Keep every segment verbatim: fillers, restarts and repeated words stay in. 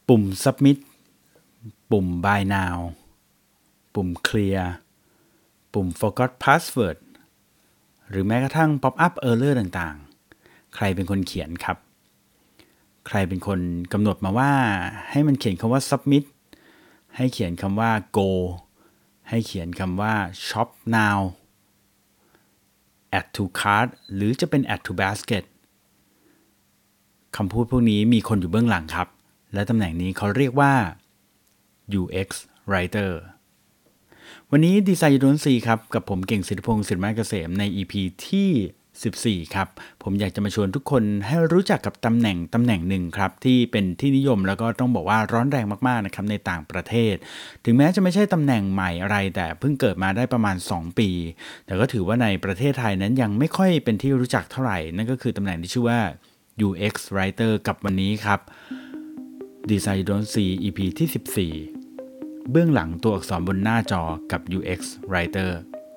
ปุ่ม submit ปุ่ม buy now ปุ่ม clear ปุ่ม forgot password หรือแม้กระทั่ง pop up error ต่างๆใครเป็นคนเขียนครับใครเป็นคนกำหนดมาว่าให้มันเขียนคำว่า submit ให้เขียนคำว่า go ให้เขียนคำว่า shop now add to cart หรือจะเป็น add to basket คำพูดพวกนี้มีคนอยู่เบื้องหลังครับและตำแหน่งนี้เขาเรียกว่า ยู เอ็กซ์ Writer วันนี้ดีไซน์ยูโดนซีครับกับผมเก่งศิริพงศ์ศิริมาเกษมใน อี พี ที่สิบสี่ครับผมอยากจะมาชวนทุกคนให้รู้จักกับตำแหน่งตำแหน่งหนึ่งครับที่เป็นที่นิยมแล้วก็ต้องบอกว่าร้อนแรงมากๆนะครับในต่างประเทศถึงแม้จะไม่ใช่ตำแหน่งใหม่อะไรแต่เพิ่งเกิดมาได้ประมาณสองปีแต่ก็ถือว่าในประเทศไทยนั้นยังไม่ค่อยเป็นที่รู้จักเท่าไหร่นั่นก็คือตำแหน่งที่ชื่อว่า ยู เอ็กซ์ Writer กับวันนี้ครับดีไซน์ยูโดนซี อี พี ที่สิบสี่เบื้องหลังตัวอักษรบนหน้าจอกับ ยู เอ็กซ์ Writer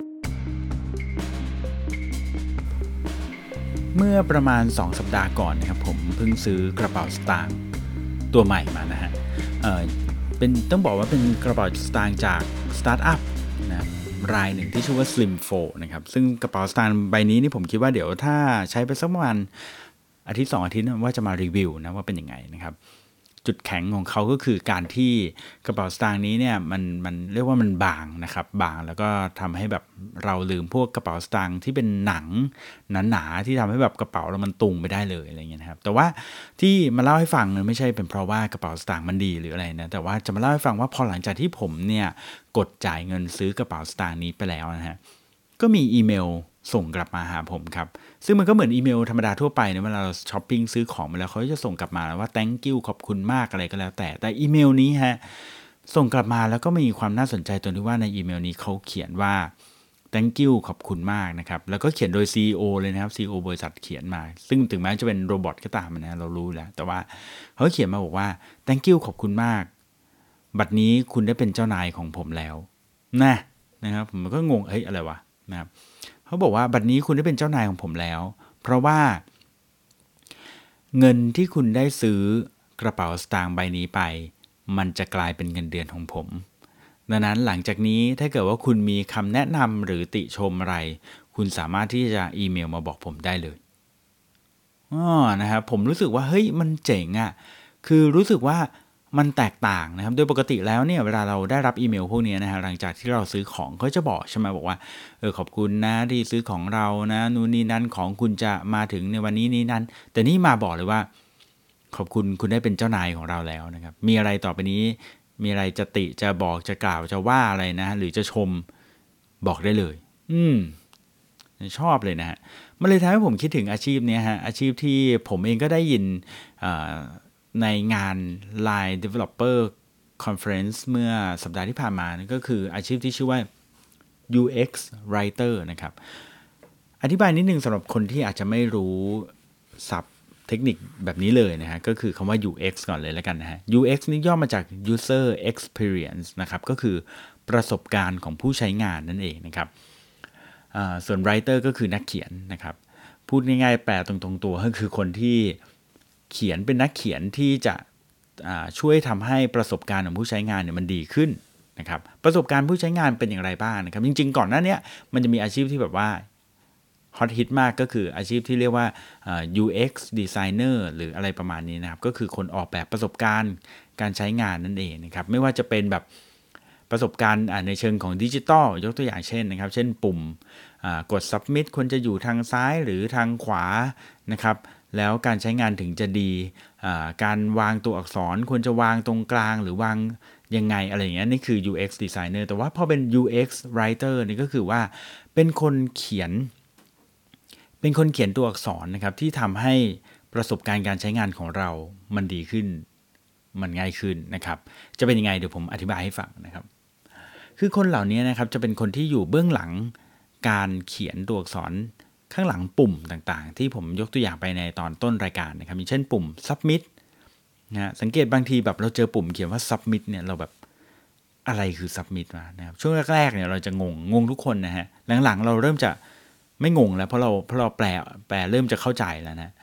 เมื่อประมาณสองสัปดาห์ก่อนนะครับผมเพิ่งซื้อกระเป๋าสตางค์ตัวใหม่มานะฮะเอ่อเป็นต้องบอกว่าเป็นกระเป๋าสตางค์จากสตาร์ทอัพนะรายหนึ่งที่ชื่อว่า Slim โฟร์ นะครับซึ่งกระเป๋าสตางค์ใบนี้นี่ผมคิดว่าเดี๋ยวถ้าใช้ไปสักประมาณอาทิตย์สองอาทิตย์ว่าจะมารีวิวนะว่าเป็นยังไงนะครับจุดแข็งของเขาก็คือการที่กระเป๋าสตางค์นี้เนี่ยมันมันเรียกว่ามันบางนะครับบางแล้วก็ทำให้แบบเราลืมพวกกระเป๋าสตางค์ที่เป็นหนังหนาๆที่ทำให้แบบกระเป๋าเรามันตุงไปได้เลยอะไรเงี้ยนะครับแต่ว่าที่มาเล่าให้ฟังเนี่ยไม่ใช่เป็นเพราะว่ากระเป๋าสตางค์มันดีหรืออะไรนะแต่ว่าจะมาเล่าให้ฟังว่าพอหลังจากที่ผมเนี่ยกดจ่ายเงินซื้อกระเป๋าสตางค์นี้ไปแล้วนะฮะก็มีอีเมลส่งกลับมาหาผมครับซึ่งมันก็เหมือนอีเมลธรรมดาทั่วไปนะเวลาเราช้อปปิ้งซื้อของมาแล้วเขาจะส่งกลับมาว่า thank you ขอบคุณมากอะไรก็แล้วแต่แต่อีเมลนี้ฮะส่งกลับมาแล้วก็มีความน่าสนใจตรงที่ว่าในอีเมลนี้เขาเขียนว่า thank you ขอบคุณมากนะครับแล้วก็เขียนโดย ซี อี โอ เลยนะครับ ซี อี โอ บริษัทเขียนมาซึ่งถึงแม้จะเป็นโรบอทก็ตามนะเรารู้แล้วแต่ว่าเขาเขียนมาบอกว่า thank you ขอบคุณมากบัดนี้คุณได้เป็นเจ้านายของผมแล้วนะนะครับผมก็งงเฮ้ยอะไรวะนะครับเขาบอกว่าบัดนี้คุณได้เป็นเจ้านายของผมแล้วเพราะว่าเงินที่คุณได้ซื้อกระเป๋าสตางค์ใบนี้ไปมันจะกลายเป็นเงินเดือนของผมดังนั้นหลังจากนี้ถ้าเกิดว่าคุณมีคำแนะนำหรือติชมอะไรคุณสามารถที่จะอีเมลมาบอกผมได้เลยอ๋อนะครับผมรู้สึกว่าเฮ้ยมันเจ๋งอ่ะคือรู้สึกว่ามันแตกต่างนะครับโดยปกติแล้วเนี่ยเวลาเราได้รับอีเมลพวกนี้นะฮะหลังจากที่เราซื้อของเขาจะบอกใช่ไหมบอกว่าเออขอบคุณนะที่ซื้อของเรานะนู่นนี่นั่นของคุณจะมาถึงในวันนี้นี่นั่นแต่นี่มาบอกเลยว่าขอบคุณคุณได้เป็นเจ้านายของเราแล้วนะครับมีอะไรต่อไปนี้มีอะไรจะติจะบอกจะกล่าวจะว่าอะไรนะหรือจะชมบอกได้เลยอืมชอบเลยนะฮะมันเลยทำให้ผมคิดถึงอาชีพนี้ฮะอาชีพที่ผมเองก็ได้ยินในงาน ไลน์ Developer Conference เมื่อสัปดาห์ที่ผ่านมานั่นก็คืออาชีพที่ชื่อว่า ยู เอ็กซ์ Writer นะครับอธิบายนิดนึงสำหรับคนที่อาจจะไม่รู้ศัพท์เทคนิคแบบนี้เลยนะฮะก็คือคำว่า ยู เอ็กซ์ ก่อนเลยแล้วกันนะฮะ ยู เอ็กซ์ นี่ย่อมาจาก User Experience นะครับก็คือประสบการณ์ของผู้ใช้งานนั่นเองนะครับส่วน Writer ก็คือนักเขียนนะครับพูดง่ายๆแปลตรงๆตัวก็คือคนที่เขียนเป็นนักเขียนที่จะช่วยทำให้ประสบการณ์ของผู้ใช้งานเนี่ยมันดีขึ้นนะครับประสบการณ์ผู้ใช้งานเป็นอย่างไรบ้างนะครับจริงๆก่อนหน้านี้มันจะมีอาชีพที่แบบว่าฮอตฮิตมากก็คืออาชีพที่เรียกว่า ยู เอ็กซ์ Designer หรืออะไรประมาณนี้นะครับก็คือคนออกแบบประสบการณ์การใช้งานนั่นเองนะครับไม่ว่าจะเป็นแบบประสบการณ์ในเชิงของดิจิทัลยกตัวอย่างเช่นนะครับเช่นปุ่มกด submit ควรจะอยู่ทางซ้ายหรือทางขวานะครับแล้วการใช้งานถึงจะดีการวางตัวอักษรควรจะวางตรงกลางหรือวางยังไงอะไรอย่างเงี้ยนี่คือ ยู เอ็กซ์ Designer แต่ว่าพอเป็น ยู เอ็กซ์ Writer นี่ก็คือว่าเป็นคนเขียนเป็นคนเขียนตัวอักษรนะครับที่ทำให้ประสบการณ์การใช้งานของเรามันดีขึ้นมันง่ายขึ้นนะครับจะเป็นยังไงเดี๋ยวผมอธิบายให้ฟังนะครับคือคนเหล่านี้นะครับจะเป็นคนที่อยู่เบื้องหลังการเขียนตัวอักษรข้างหลังปุ่มต่างๆที่ผมยกตัวอย่างไปในตอนต้นรายการนะครับอย่างเช่นปุ่ม submit นะฮะสังเกตบางทีแบบเราเจอปุ่มเขียนว่า submit เนี่ยเราแบบอะไรคือ submit มานะครับช่วงแรกๆเนี่ยเราจะงงงงทุกคนนะฮะหลังๆเราเริ่มจะไม่งงแล้วเพราะเราเพราะเราแปลแปลเริ่มจะเข้าใจแล้วนะ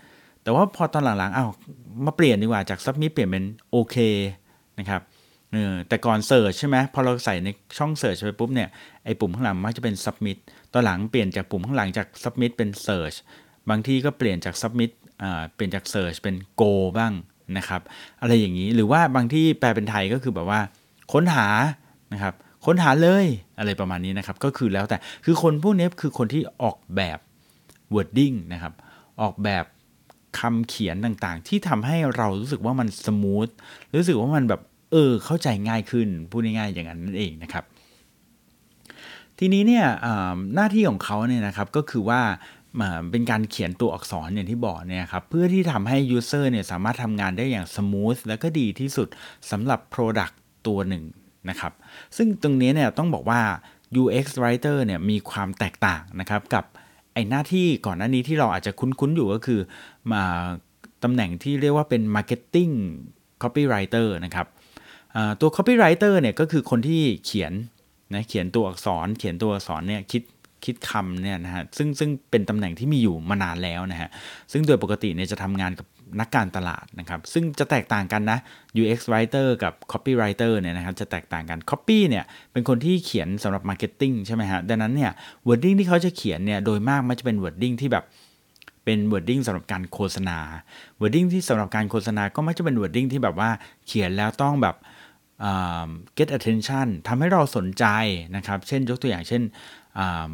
แต่ว่าพอตอนหลังๆอ้าวมาเปลี่ยนดีกว่าจาก submit เปลี่ยนเป็นโอเคนะครับเออแต่ก่อน search ใช่ไหมพอเราใส่ในช่อง search ไปปุ๊บเนี่ยไอ้ปุ่มข้างหลังมักจะเป็น submit ตอนหลังเปลี่ยนจากปุ่มข้างหลังจาก submit เป็น search บางที่ก็เปลี่ยนจาก submit อ่าเปลี่ยนจาก search เป็น go บ้างนะครับอะไรอย่างนี้หรือว่าบางที่แปลเป็นไทยก็คือแบบว่าค้นหานะครับค้นหาเลยอะไรประมาณนี้นะครับก็คือแล้วแต่คือคนพวกนี้คือคนที่ออกแบบ wording นะครับออกแบบคำเขียนต่างๆที่ทำให้เรารู้สึกว่ามันสมูทรู้สึกว่ามันแบบเออเข้าใจง่ายขึ้นพูดง่ายๆอย่างนั้นนั่นเองนะครับทีนี้เนี่ยหน้าที่ของเขาเนี่ยนะครับก็คือว่าเป็นการเขียนตัวอักษรอย่างที่บอกเนี่ยครับเพื่อที่ทำให้ user เนี่ยสามารถทำงานได้อย่างสมูทและก็ดีที่สุดสำหรับ product ตัวหนึ่งนะครับซึ่งตรงนี้เนี่ยต้องบอกว่า ยู เอ็กซ์ Writer เนี่ยมีความแตกต่างนะครับกับไอ้หน้าที่ก่อนหน้านี้ที่เราอาจจะคุ้นๆอยู่ก็คือมาตำแหน่งที่เรียกว่าเป็น Marketing Copywriter นะครับตัว Copywriter เนี่ยก็คือคนที่เขียนนะเขียนตัวอักษรเขียนตัวอักษรเนี่ยคิดคิดคำเนี่ยนะฮะซึ่งซึ่งเป็นตำแหน่งที่มีอยู่มานานแล้วนะฮะซึ่งโดยปกติเนี่ยจะทำงานกับนักการตลาดนะครับซึ่งจะแตกต่างกันนะ ยู เอ็กซ์ Writer กับ Copywriter เนี่ยนะครับจะแตกต่างกัน Copy เนี่ยเป็นคนที่เขียนสำหรับ Marketing ใช่ไหมฮะดังนั้นเนี่ย wording ที่เขาจะเขียนเนี่ยโดยมากมันจะเป็น wording ที่แบบเป็น wording สำหรับการโฆษณา wording ที่สำหรับการโฆษณาก็มักจะเป็น wording ที่แบบว่าเขียนแล้วต้องแบบ uh, get attention ทำให้เราสนใจนะครับเช่นยกตัวอย่างเช่น uh,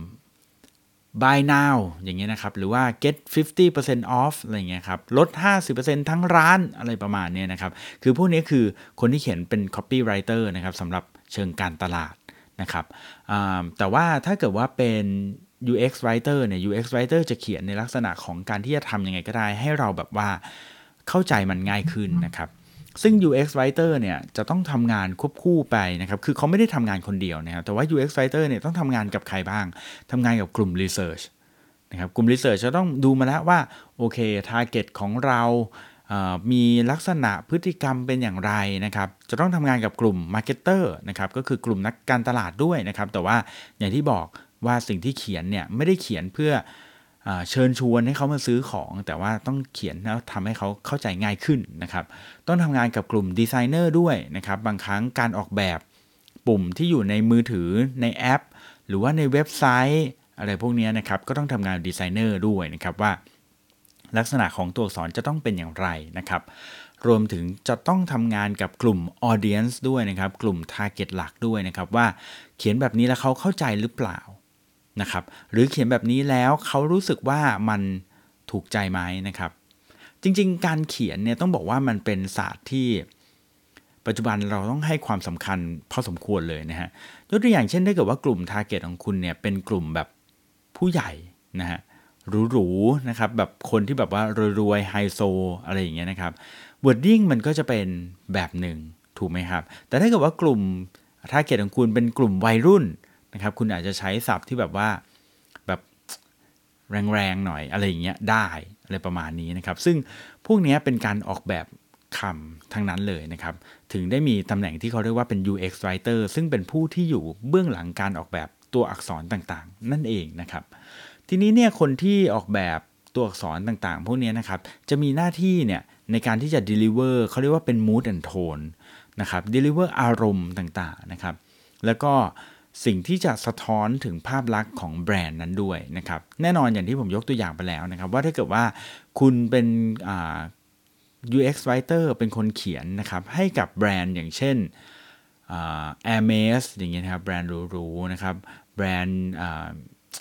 buy now อย่างเงี้ยนะครับหรือว่า get ห้าสิบเปอร์เซ็นต์ off อะไรเงี้ยครับลด ห้าสิบเปอร์เซ็นต์ ทั้งร้านอะไรประมาณนี้นะครับคือพวกนี้คือคนที่เขียนเป็น copywriter นะครับสำหรับเชิงการตลาดนะครับแต่ว่าถ้าเกิดว่าเป็น ยู เอ็กซ์ Writer เนี่ย ยู เอ็กซ์ Writer จะเขียนในลักษณะของการที่จะทำยังไงก็ได้ให้เราแบบว่าเข้าใจมันง่ายขึ้นนะครับซึ่ง ยู เอ็กซ์ Writer เนี่ยจะต้องทำงานควบคู่ไปนะครับคือเขาไม่ได้ทำงานคนเดียวนะครับแต่ว่า ยู เอ็กซ์ Writer เนี่ยต้องทำงานกับใครบ้างทำงานกับกลุ่ม Research นะครับกลุ่ม Research จะต้องดูมาแล้วว่าโอเค target ของเรามีลักษณะพฤติกรรมเป็นอย่างไรนะครับจะต้องทำงานกับกลุ่ม Marketer นะครับก็คือกลุ่มนักการตลาดด้วยนะครับแต่ว่าอย่างที่บอกว่าสิ่งที่เขียนเนี่ยไม่ได้เขียนเพื่อเชิญชวนให้เขามาซื้อของแต่ว่าต้องเขียนแล้วทำให้เขาเข้าใจง่ายขึ้นนะครับต้องทำงานกับกลุ่มดีไซเนอร์ด้วยนะครับบางครั้งการออกแบบปุ่มที่อยู่ในมือถือในแอปหรือว่าในเว็บไซต์อะไรพวกนี้นะครับก็ต้องทำงานดีไซเนอร์ด้วยนะครับว่าลักษณะของตัวอักษรจะต้องเป็นอย่างไรนะครับรวมถึงจะต้องทำงานกับกลุ่ม audience ด้วยนะครับกลุ่ม target หลักด้วยนะครับว่าเขียนแบบนี้แล้วเขาเข้าใจหรือเปล่านะครับหรือเขียนแบบนี้แล้วเขารู้สึกว่ามันถูกใจไหมนะครับจริงๆการเขียนเนี่ยต้องบอกว่ามันเป็นศาสตร์ที่ปัจจุบันเราต้องให้ความสำคัญพอสมควรเลยนะฮะยกตัวอย่างเช่นถ้าเกิดว่ากลุ่ม target ของคุณเนี่ยเป็นกลุ่มแบบผู้ใหญ่นะฮะหรูๆนะครับแบบคนที่แบบว่ารวยๆไฮโซอะไรอย่างเงี้ยนะครับ wording มันก็จะเป็นแบบหนึ่งถูกไหมครับแต่ถ้าเกิดว่ากลุ่ม target ของคุณเป็นกลุ่มวัยรุ่นนะครับคุณอาจจะใช้ศัพท์ที่แบบว่าแบบแรงๆหน่อยอะไรอย่างเงี้ยได้อะไรประมาณนี้นะครับซึ่งพวกนี้เป็นการออกแบบคำทั้งนั้นเลยนะครับถึงได้มีตำแหน่งที่เขาเรียกว่าเป็น ยู เอ็กซ์ Writer ซึ่งเป็นผู้ที่อยู่เบื้องหลังการออกแบบตัวอักษรต่างๆนั่นเองนะครับทีนี้เนี่ยคนที่ออกแบบตัวอักษรต่างๆพวกนี้นะครับจะมีหน้าที่เนี่ยในการที่จะ deliver เขาเรียกว่าเป็น mood and tone นะครับ deliver อารมณ์ต่างๆนะครับแล้วก็สิ่งที่จะสะท้อนถึงภาพลักษณ์ของแบรนด์นั้นด้วยนะครับแน่นอนอย่างที่ผมยกตัวอย่างไปแล้วนะครับว่าถ้าเกิดว่าคุณเป็นอ่า ยู เอ็กซ์ Writer เป็นคนเขียนนะครับให้กับแบรนด์อย่างเช่นอ่า Hermes อย่างเงี้ยนะครับแบรนด์หรูๆนะครับแบรนด์อ่า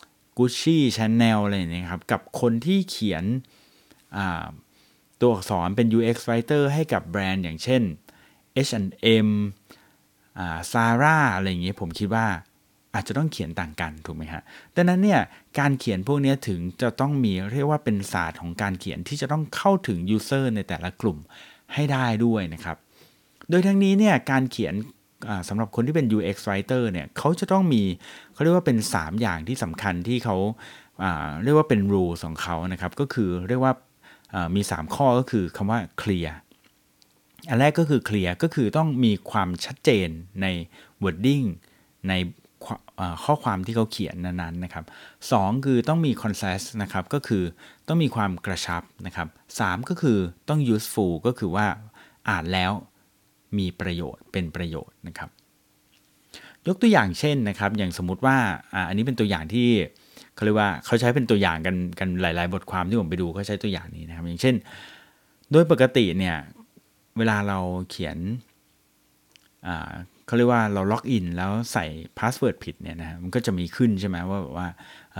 Gucci Chanel อะไรอย่างเงี้ยครับกับคนที่เขียนอ่าตัวอักษรเป็น ยู เอ็กซ์ Writer ให้กับแบรนด์อย่างเช่น เอช แอนด์ เอ็ม อ่า Zara อะไรอย่างเงี้ยผมคิดว่าอาจจะต้องเขียนต่างกันถูกไหมฮะดังนั้นเนี่ยการเขียนพวกนี้ถึงจะต้องมีเรียกว่าเป็นศาสตร์ของการเขียนที่จะต้องเข้าถึง user ในแต่ละกลุ่มให้ได้ด้วยนะครับโดยทั้งนี้เนี่ยการเขียนสำหรับคนที่เป็น ยู เอ็กซ์ Writer เนี่ยเขาจะต้องมีเขาเรียกว่าเป็นสามอย่างที่สำคัญที่เขาเรียกว่าเป็น rules ของเขานะครับก็คือเรียกว่ามีสามข้อก็คือคำว่า clear อันแรกก็คือ clear ก็คือต้องมีความชัดเจนใน wording ในข้อความที่เขาเขียนนั้นๆนะครับสองคือต้องมี concise นะครับก็คือต้องมีความกระชับนะครับสามก็คือต้อง useful ก็คือว่าอ่านแล้วมีประโยชน์เป็นประโยชน์นะครับยกตัวอย่างเช่นนะครับอย่างสมมุติว่าอ่าอันนี้เป็นตัวอย่างที่เขาเรียกว่าเขาใช้เป็นตัวอย่างกันกันหลายๆบทความที่ผมไปดูเขาใช้ตัวอย่างนี้นะครับอย่างเช่นโดยปกติเนี่ยเวลาเราเขียนอ่าเขาเรียกว่าเราล็อกอินแล้วใส่พาสเวิร์ดผิดเนี่ยนะมันก็จะมีขึ้นใช่ไหมว่าแบบว่า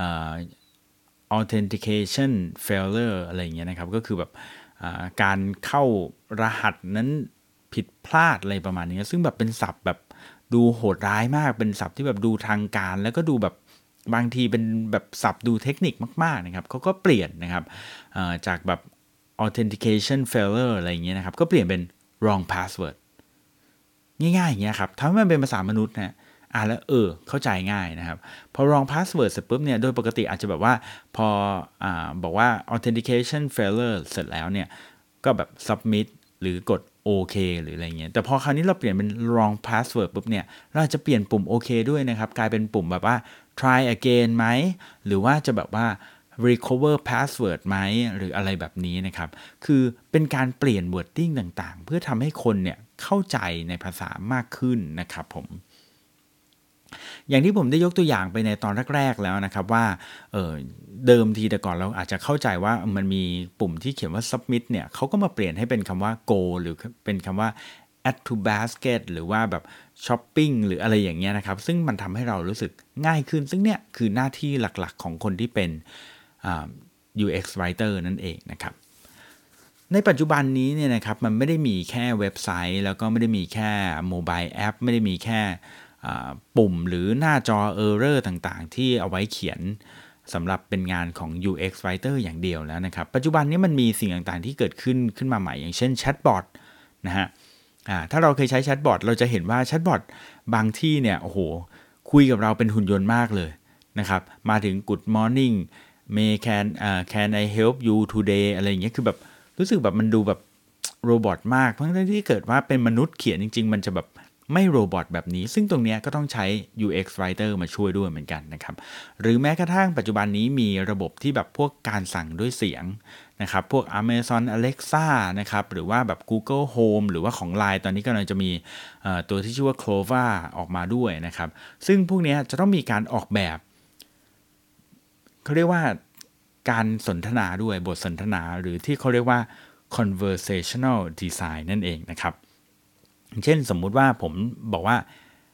authentication failure อะไรอย่างเงี้ยนะครับก็คือแบบการเข้ารหัสนั้นผิดพลาดอะไรประมาณนี้ซึ่งแบบเป็นศัพท์แบบดูโหดร้ายมากเป็นศัพท์ที่แบบดูทางการแล้วก็ดูแบบบางทีเป็นแบบศัพท์ดูเทคนิคมากๆนะครับเขาก็เปลี่ยนนะครับจากแบบ authentication failure อะไรอย่างเงี้ยนะครับก็เปลี่ยนเป็น wrong passwordง่ายๆอย่างเงี้ยครับทำให้มันเป็นภาษามนุษย์นะอ่านแล้วเออเข้าใจง่ายนะครับพอ wrong password เสร็จปุ๊บเนี่ยโดยปกติอาจจะแบบว่าพออ่าบอกว่า authentication failure เสร็จแล้วเนี่ยก็แบบ submit หรือกดโอเคหรืออะไรเงี้ยแต่พอคราวนี้เราเปลี่ยนเป็น wrong password ปุ๊บเนี่ยเราจะเปลี่ยนปุ่มโอเคด้วยนะครับกลายเป็นปุ่มแบบว่า try again ไหมหรือว่าจะแบบว่า recover password ไหมหรืออะไรแบบนี้นะครับคือเป็นการเปลี่ยน wording ต่างๆเพื่อทำให้คนเนี่ยเข้าใจในภาษามากขึ้นนะครับผมอย่างที่ผมได้ยกตัวอย่างไปในตอนแรกๆแล้วนะครับว่า เ, เดิมทีแต่ก่อนเราอาจจะเข้าใจว่ามันมีปุ่มที่เขียนว่า submit เนี่ยเขาก็มาเปลี่ยนให้เป็นคำว่า go หรือเป็นคำว่า add to basket หรือว่าแบบ shopping หรืออะไรอย่างเงี้ยนะครับซึ่งมันทำให้เรารู้สึกง่ายขึ้นซึ่งเนี่ยคือหน้าที่หลักๆของคนที่เป็น ยู เอ็กซ์ writer นั่นเองนะครับในปัจจุบันนี้เนี่ยนะครับมันไม่ได้มีแค่เว็บไซต์แล้วก็ไม่ได้มีแค่โมบายแอปไม่ได้มีแค่ปุ่มหรือหน้าจอ error ต่างๆที่เอาไว้เขียนสำหรับเป็นงานของ ยู เอ็กซ์ writer อย่างเดียวแล้วนะครับปัจจุบันนี้มันมีสิ่งต่างๆที่เกิดขึ้นขึ้นมาใหม่อย่างเช่นแชทบอทนะฮะถ้าเราเคยใช้แชทบอทเราจะเห็นว่าแชทบอทบางที่เนี่ยโอ้โหคุยกับเราเป็นหุ่นยนต์มากเลยนะครับมาถึง good morning may can uh, can I help you today อะไรอย่างเงี้ยคือแบบรู้สึกแบบมันดูแบบโรบอทมากเพราะฉะนั้นที่เกิดว่าเป็นมนุษย์เขียนจริงๆมันจะแบบไม่โรบอทแบบนี้ซึ่งตรงนี้ก็ต้องใช้ ยู เอ็กซ์ writer มาช่วยด้วยเหมือนกันนะครับหรือแม้กระทั่งปัจจุบันนี้มีระบบที่แบบพวกการสั่งด้วยเสียงนะครับพวก Amazon Alexa นะครับหรือว่าแบบ Google Home หรือว่าของ ไลน์ ตอนนี้กำลังจะมีตัวที่ชื่อว่า Clova ออกมาด้วยนะครับซึ่งพวกนี้จะต้องมีการออกแบบเขาเรียกว่าการสนทนาด้วยบทสนทนาหรือที่เขาเรียกว่า conversational design นั่นเองนะครับเช่นสมมุติว่าผมบอกว่า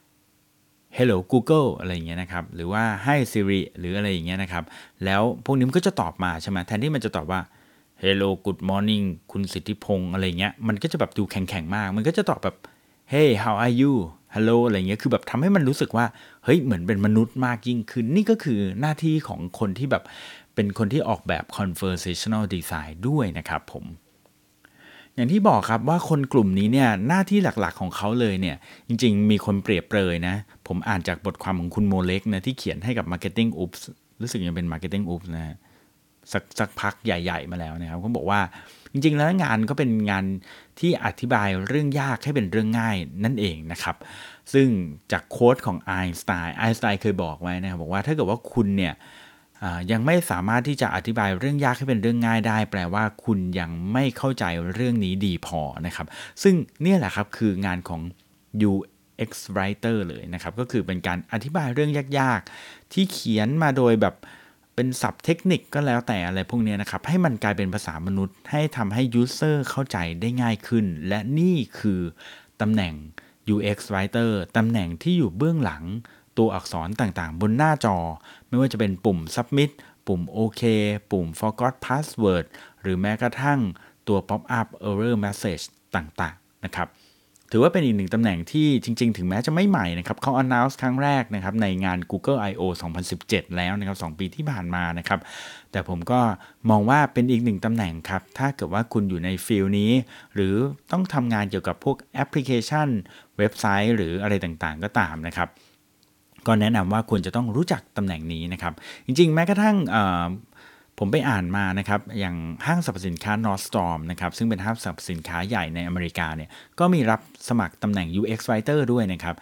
hello Google อะไรอย่างเงี้ยนะครับหรือว่า hi Siri หรืออะไรอย่างเงี้ยนะครับแล้วพวกนี้มันก็จะตอบมาใช่ไหมแทนที่มันจะตอบว่า hello good morning คุณสิทธิพงษ์อะไรเงี้ยมันก็จะแบบดูแข็งๆมากมันก็จะตอบแบบ hey how are you hello อะไรเงี้ยคือแบบทำให้มันรู้สึกว่าเฮ้ยเหมือนเป็นมนุษย์มากยิ่งขึ้นนี่ก็คือหน้าที่ของคนที่แบบเป็นคนที่ออกแบบ conversational design ด้วยนะครับผมอย่างที่บอกครับว่าคนกลุ่มนี้เนี่ยหน้าที่หลักๆของเขาเลยเนี่ยจริงๆมีคนเปรียบเปรยนะผมอ่านจากบทความของคุณโมเล็กนะที่เขียนให้กับ Marketing Oops รู้สึกยังเป็น Marketing Oops นะสักสักพักใหญ่ๆมาแล้วนะครับเขาบอกว่าจริงๆแล้วงานก็เป็นงานที่อธิบายเรื่องยากให้เป็นเรื่องง่ายนั่นเองนะครับซึ่งจากโค้ดของไอน์สไตน์ไอน์สไตน์เคยบอกไว้นะครับบอกว่าถ้าเกิดว่าคุณเนี่ยยังไม่สามารถที่จะอธิบายเรื่องยากให้เป็นเรื่องง่ายได้แปลว่าคุณยังไม่เข้าใจเรื่องนี้ดีพอนะครับซึ่งเนี่ยแหละครับคืองานของ ยู เอ็กซ์ writer เลยนะครับก็คือเป็นการอธิบายเรื่องยากๆที่เขียนมาโดยแบบเป็นศัพท์เทคนิคก็แล้วแต่อะไรพวกนี้นะครับให้มันกลายเป็นภาษามนุษย์ให้ทำให้ user เข้าใจได้ง่ายขึ้นและนี่คือตำแหน่ง ยู เอ็กซ์ writer ตำแหน่งที่อยู่เบื้องหลังตัวอักษรต่างๆบนหน้าจอไม่ว่าจะเป็นปุ่ม submit ปุ่ม OK ปุ่ม forgot password หรือแม้กระทั่งตัว pop up error message ต่างๆนะครับถือว่าเป็นอีกหนึ่งตำแหน่งที่จริงๆถึงแม้จะไม่ใหม่นะครับเขา announce ครั้งแรกนะครับในงาน Google ไอ โอ สองพันสิบเจ็ดแล้วนะครับสองปีที่ผ่านมานะครับแต่ผมก็มองว่าเป็นอีกหนึ่งตำแหน่งครับถ้าเกิดว่าคุณอยู่ในฟิลนี้หรือต้องทำงานเกี่ยวกับพวกแอปพลิเคชันเว็บไซต์หรืออะไรต่างๆก็ตามนะครับก็แนะนำว่าควรจะต้องรู้จักตำแหน่งนี้นะครับจริงๆแม้กระทั่งผมไปอ่านมานะครับอย่างห้างสรรพสินค้า Nordstrom นะครับซึ่งเป็นห้างสรรพสินค้าใหญ่ในอเมริกาเนี่ยก็มีรับสมัครตำแหน่ง ยู เอ็กซ์ writer ด้วยนะครับ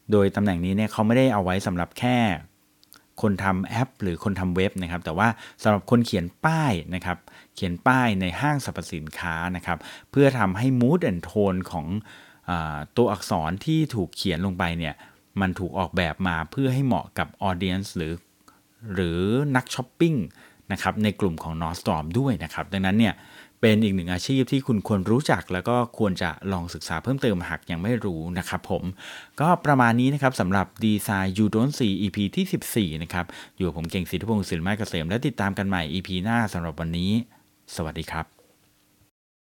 โดยตำแหน่งนี้เนี่ยเขาไม่ได้เอาไว้สำหรับแค่คนทำแอปหรือคนทำเว็บนะครับแต่ว่าสำหรับคนเขียนป้ายนะครับเขียนป้ายในห้างสรรพสินค้านะครับเพื่อทำให้ mood and tone ของอ่าตัวอักษรที่ถูกเขียนลงไปเนี่ยมันถูกออกแบบมาเพื่อให้เหมาะกับ audience หรือหรือนักช้อปปิ้งนะครับในกลุ่มของ Nordstrom ด้วยนะครับดังนั้นเนี่ยเป็นอีกหนึ่งอาชีพที่คุณควรรู้จักแล้วก็ควรจะลองศึกษาเพิ่มเติมหากยังไม่รู้นะครับผมก็ประมาณนี้นะครับสำหรับ Design You Don't See อี พี ที่สิบสี่นะครับอยู่กับผมเก่งศิริพงศ์ศิริมาเกษมและติดตามกันใหม่ อี พี หน้าสำหรับวันนี้สวัสดีครับ